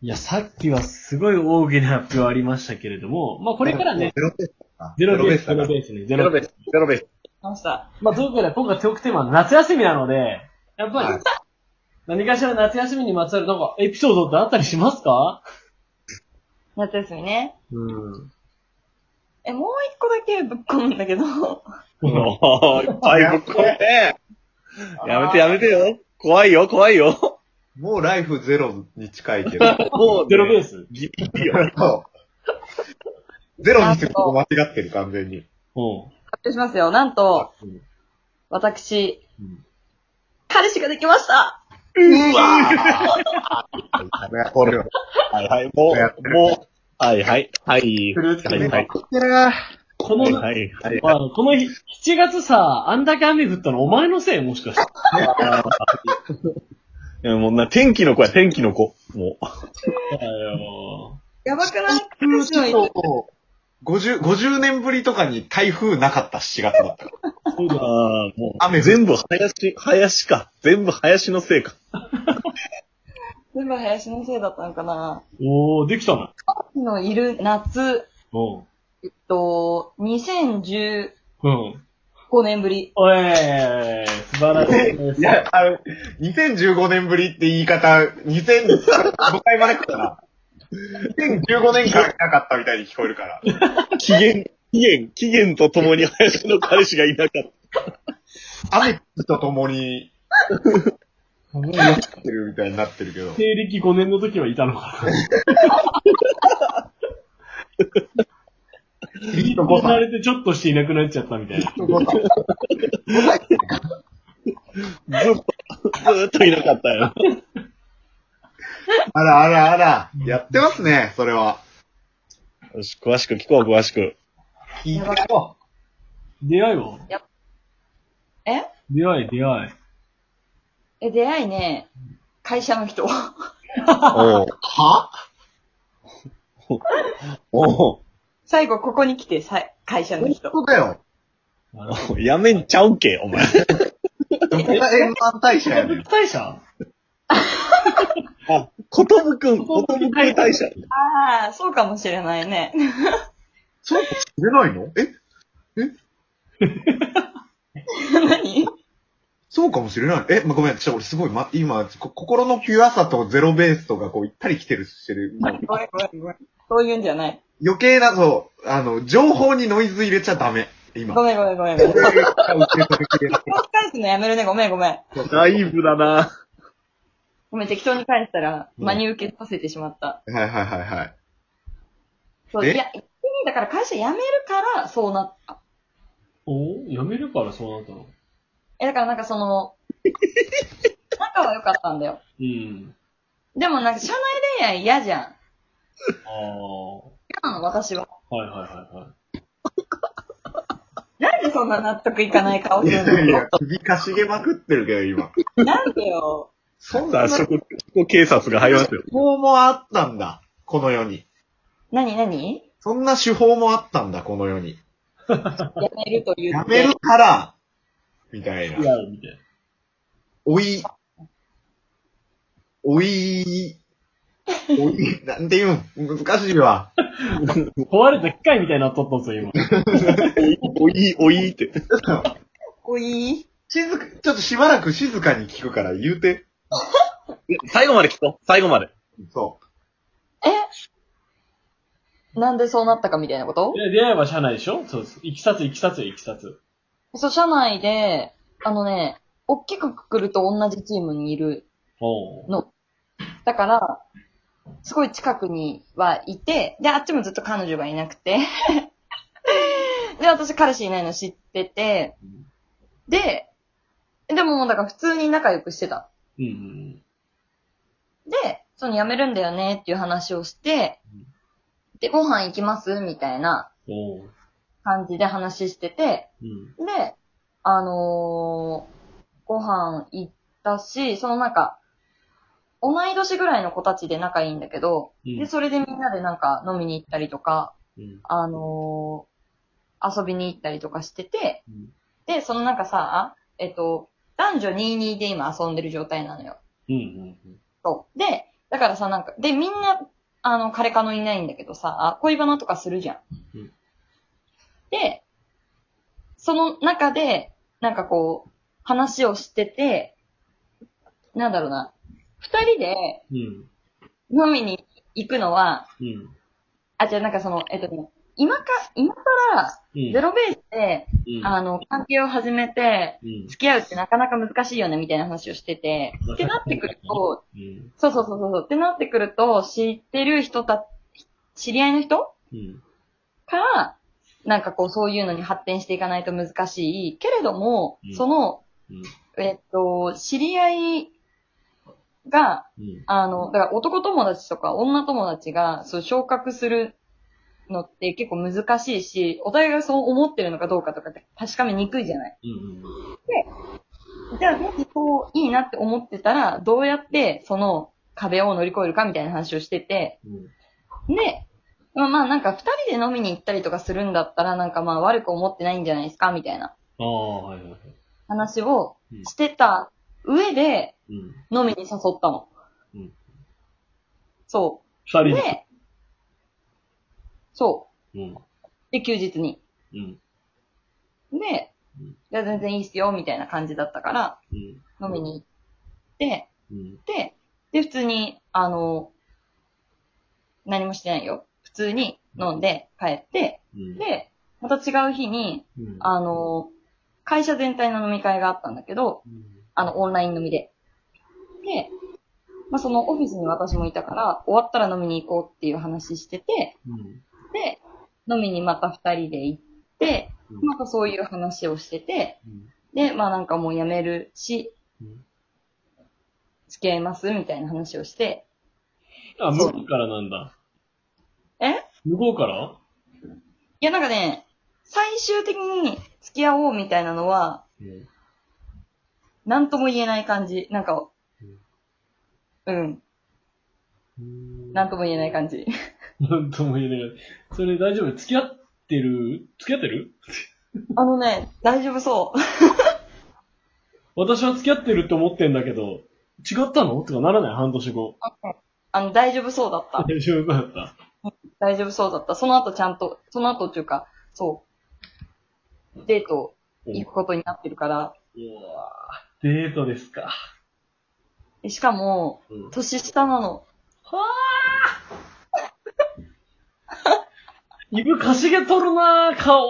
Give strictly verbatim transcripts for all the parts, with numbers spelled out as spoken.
いや、さっきはすごい大きな発表ありましたけれども、まあこれからね、 ゼロベースか。 ゼロベース、ゼゼロベーロベースね、ゼス。ゼロベース。ゼロベース。 ました。 まあということで、今回トークテーマは夏休みなので、やっぱり、 はい何かしら夏休みにまつわるなんかエピソードってあったりしますか？ 夏休みね。 うん。 え、もう一個だけぶっ込むんだけど。 おー、いっぱいぶっこめて。やめてやめてよ。怖いよ、怖いよ。 もうライフゼロに近いけど。 もう、 ゼロベース。 ギリギリよ。 そうゼロにするとこ間違ってる、完全に。 うん。 発表しますよ。なんと、 うん私、 うん彼氏ができました。 うわね、これは。 はいはい、もやってるう、もう、はいはい、はい。 フルーツはいはい。 てるなこの、 はいはいはい。 まあこの日、しちがつさ、あんだけ雨降ったのお前のせいもしかして。 いやもうな、天気の子や、天気の子。もう。 だよ。 やばくない？彼氏のいる。 ごじゅう、ごじゅうねんぶりとかに台風なかったしちがつだったから。 そうだ。 ああ、もう、 雨全部林、林か。全部林のせいか。 全部林のせいだったのかな。 おー、できたの。 彼氏のいる夏、 うん。 えっと、にせんじゅううん。 ごねんぶり。 おい、素晴らしいです。 いや、あの、にせんじゅうごねんぶりって言い方、にせんごかいまで来たら、にせんじゅうごねんからいなかったみたいに聞こえるから。 期限、期限、期限とともに林の彼氏がいなかった。 雨とともに、なってるみたいになってるけど。 西暦ごねんの時はいたのかな。 きっとご離れてちょっとしていなくなっちゃったみたいな。 ごさい。ごさい。 ずっと、ずっといなかったよ。 あらあらあら、やってますね、それは。 よし、詳しく聞こう、詳しく。 聞いてよ。 出会いはえ出会い、出会い。 え、出会いね、会社の人。 おう。 はおう。 最後ここに来て、さ会社の人。 本当だよ。 あの、 やめんちゃうんけ、お前。 どこが円満大社やねん。 大社あ、ことぶくん、ことぶくん大社。 ああ、そうかもしれないね。 そうかもしれないのえ何そうかもしれない。え、ま、ごめん、ちょ、俺すごい、ま、今、こ心のピュアさとゼロベースとかこう行ったり来てるしてる。もうごめんごめんごめん。そういうんじゃない。 余計な、そう、あの、情報にノイズ入れちゃダメ。今。 ごめんごめんごめんごめん。 俺が受け止めきれない返すのやめるね。ごめんごめん。 だいぶだな。 ごめん、適当に返したら、真に受けさせてしまった。 はいはいはいはい。 そう、 えいや、だから会社辞めるから、そうなった。 お辞めるからそうなったの？ え、だからなんかその、仲は良かったんだよ。 うん。 でもなんか社内恋愛嫌じゃん。 ああ。 嫌なの、私は。 はいはいはいはい。 なんでそんな納得いかない顔すいやるいや、首かしげまくってるけど、今。 のなんでよ。 そんな、 さあ、そこ、そこ警察が入りますよ。 手法もあったんだ。この世に。 なになにそんな手法もあったんだ、この世に。 辞めると言って。 やめるから、みたいな。 違うみたいな。 おい、おい、おい、なんて言うん難しいわ。 壊れた機械みたいになっとったぞ、今。 おい、おいって。 おい静か、ちょっとしばらく静かに聞くから言うて。 最後まで聞こう。最後まで。 そえなんでそうなったかみたいなこといや、出会いは社内でしょ？そうです。いきさつ、いきさつよ、いきさつ。 そう、社内で、あのね、大きくくくると同じチームにいるおう。 の。だから、すごい近くにはいて、で、あっちもずっと彼女がいなくて、で、私彼氏いないの知ってて、で、でももうだから普通に仲良くしてた。 うんうんで、その辞めるんだよねっていう話をして、で、ご飯行きますみたいなうん。おう。 感じで話してて、 うん。 で、あのー、ご飯行ったし、そのなんか、同い年ぐらいの子たちで仲いいんだけど、 うんで、それでみんなでなんか飲みに行ったりとか、 うん。 あのー、遊びに行ったりとかしてて、 うん。 で、そのなんかさ、えっと、男女にじゅうにで今遊んでる状態なのよ。 うんうんそう。で、 だからさ、なんか、で、みんな、あの、彼かのいないんだけどさ、恋バナとかするじゃん。 うん、 で、その中で、なんかこう、話をしてて、なんだろうな、二人でうん。 飲みに行くのは、 うん。 あ、じゃあなんかその、えっとね、今か、今からうん。 ゼロベースで、 うん。 あの、関係を始めて、 うん。 付き合うってなかなか難しいよね、みたいな話をしてて、ってなってくると、 うん。 そうそうそうそう、ってなってくると、知ってる人た、知り合いの人うん。 から、なんかこう、そういうのに発展していかないと難しい。けれども、 うんその、 うん。 えっと、知り合いが、 うん。 あの、だから男友達とか女友達が、そう、昇格するのって結構難しいし、お互いがそう思ってるのかどうかとかって確かめにくいじゃない。 うん。 じゃあ、もしそういいなって思ってたら、どうやってその壁を乗り越えるかみたいな話をしてて、 うん。 で、まあまあなんか二人で飲みに行ったりとかするんだったらなんかまあ悪く思ってないんじゃないですかみたいなああ、はいはいはい。 話をしてた上でうん。 飲みに誘ったの。 うん。 そ二う。 人で。 で、そうん。 う。で、休日に。 うん。 で、 うんいや全然いいっすよみたいな感じだったから、 うん。 飲みに行って、 うん。 で、で、普通に、あの、何もしてないよ。普通に飲んで帰って、 うん。 で、また違う日に、 うん。 あの、会社全体の飲み会があったんだけど、 うん。 あの、オンライン飲みで。で、まあ、そのオフィスに私もいたから、終わったら飲みに行こうっていう話してて、 うん。 で、飲みにまた二人で行って、 うん。 またそういう話をしてて、 うん。 で、まあなんかもう辞めるし、 うん付き合いますみたいな話をして、 あ、向こうからなんだ。 え向こうからいやなんかね、最終的に付き合おうみたいなのは、 うん。 なんとも言えない感じ。なんか、うん。なんとも言えない感じ。 なんとも言えない。それ大丈夫？付き合ってる付き合ってるあのね、大丈夫そう。 私は付き合ってるって思ってんだけど、違ったのとかならない半年後。 あの、大丈夫そうだった。 大丈夫だった。 大丈夫そうだった。その後ちゃんと、その後っていうか、そう、デート行くことになってるから、 うわぁ、デートですか。 えしかも、 うん、 年下なの。 はぁイブかしげとるなぁ、顔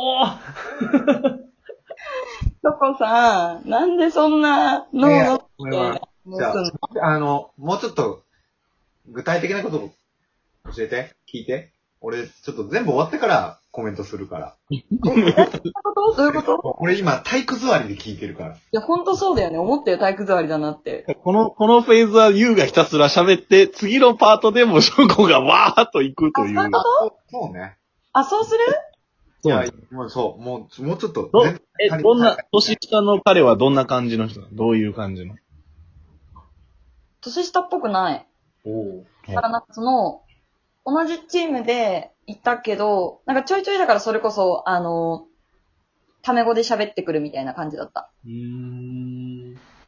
チョコさん、なんでそんなのいやをこれはじゃあ、あの、もうちょっと、具体的なことを教えて、聞いて。俺、ちょっと全部終わってからコメントするから。 どういうことどういうこと俺今、体育座りで聞いてるから。 いや、ほんとそうだよね。思ったよ、体育座りだなって。 この、このフェーズはユウがひたすら喋って、次のパートでもショコがわーっと行くという。 あそういうことそうね。 あ、そうするいや、もうそう、もう、もうちょっと。 ど全え、どんな、年下の彼はどんな感じの人なの？どういう感じの？ 年下っぽくない。 おお。 だからなんかその、同じチームでいたけど、なんかちょいちょいだからそれこそ、あの、タメ語で喋ってくるみたいな感じだった。 うーん。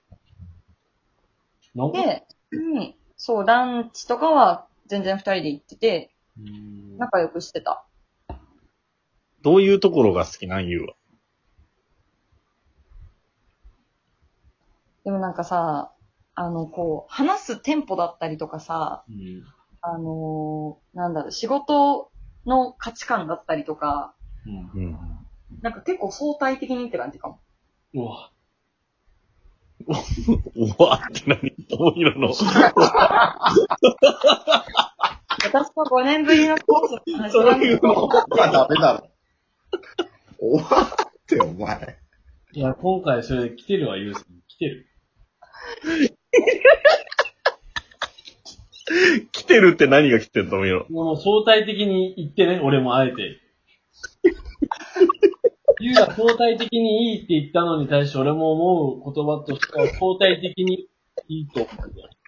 なんかで、うん、そう、ランチとかは全然二人で行ってて、 うーん仲良くしてた。 どういうところが好きなんユウは？ でもなんかさ、あの、こう、話すテンポだったりとかさ、 うんあのーなんだろう、仕事の価値観だったりとか、 うんうん。 なんか結構相対的にって感じかも。 うわ。 うわーって何？どういうの？ 私とごねんぶりのコースの話そういうの。 はダメだろ。終わって、お前。 いや、今回それ来てるわ、ユースに。来てる。 来てるって何が来てると思うよ。 もう相対的に言ってね、俺もあえて。ユーが相対的にいいって言ったのに対して俺も思う言葉としては相対的にいいと思うんだよ。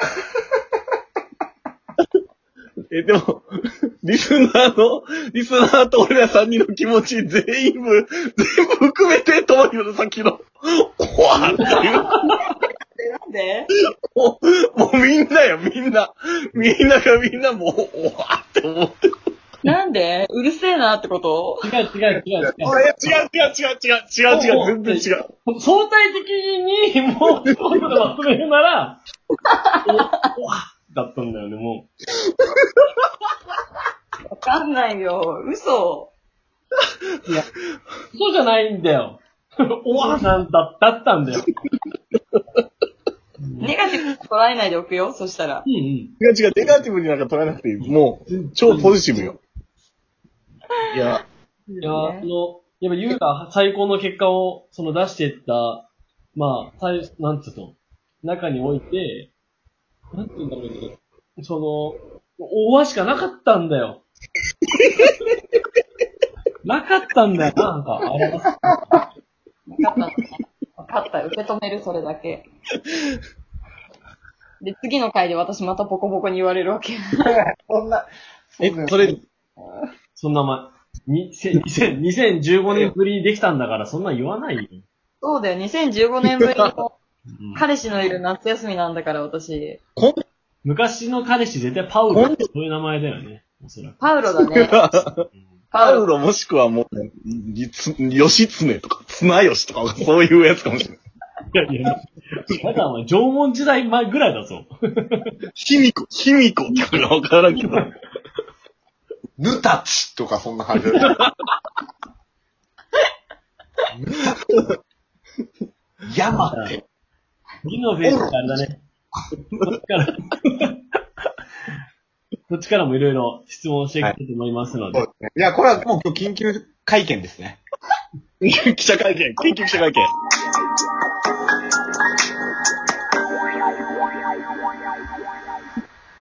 え、でも、リスナーの、リスナーと俺らさんにんの気持ち全部、全部含めて、ともりのさっきの、怖っていう。 なんでもう、もうみんなよ、みんな。みんながみんなもう、おわーって思ってる。 なんでうるせえなってこと？ 違う違う違う違う。 これ違う違う違う違う違う違う、全然違う。 相対的にもう一言でまとめるなら、お、おわだったんだよね、もわかんないよ。嘘。 う。いや、そうじゃないんだよ。おわなんだ、だったんだよ。 ネガティブに捉えないでおくよ、そしたら。 うんうん。 違う違う、ネガティブになんか捉えなくていい。もう、超ポジティブよ。いや、 いや、あの、やっぱユウが最高の結果を、その出していった、まあ、最、なんつうの、中において、なんて言うんだろうね。その、おわしかなかったんだよ。なかったんだよ、なんか、あれ。 わかったのね。わかった。受け止める、それだけ。で、次の回で私またボコボコに言われるわけ。 そんな、 え、それ、 そんなま、にせんにせんじゅうごねんぶりにできたんだから、そんなん言わないよ。 そうだよ、にせんじゅうごねんぶりのうん彼氏のいる夏休みなんだから、私。 こん、 昔の彼氏絶対パウロってそういう名前だよね。おそらく。 パウロだね。 パウロもしくはもう、ね、つ、義経とか、綱吉とか、そういうやつかもしれない。 いやいや、まだお前縄文時代前ぐらいだぞ。 卑弥呼、卑弥呼っていうのわからんけど。 ヌタチとかそんな感じだよ。ヤマって。 次のページってあれだね。こっちから、こっちからもいろいろ質問していきたいと思いますので。 そうですね。いや、これはもう今日緊急会見ですね。 記者会見、緊急記者会見。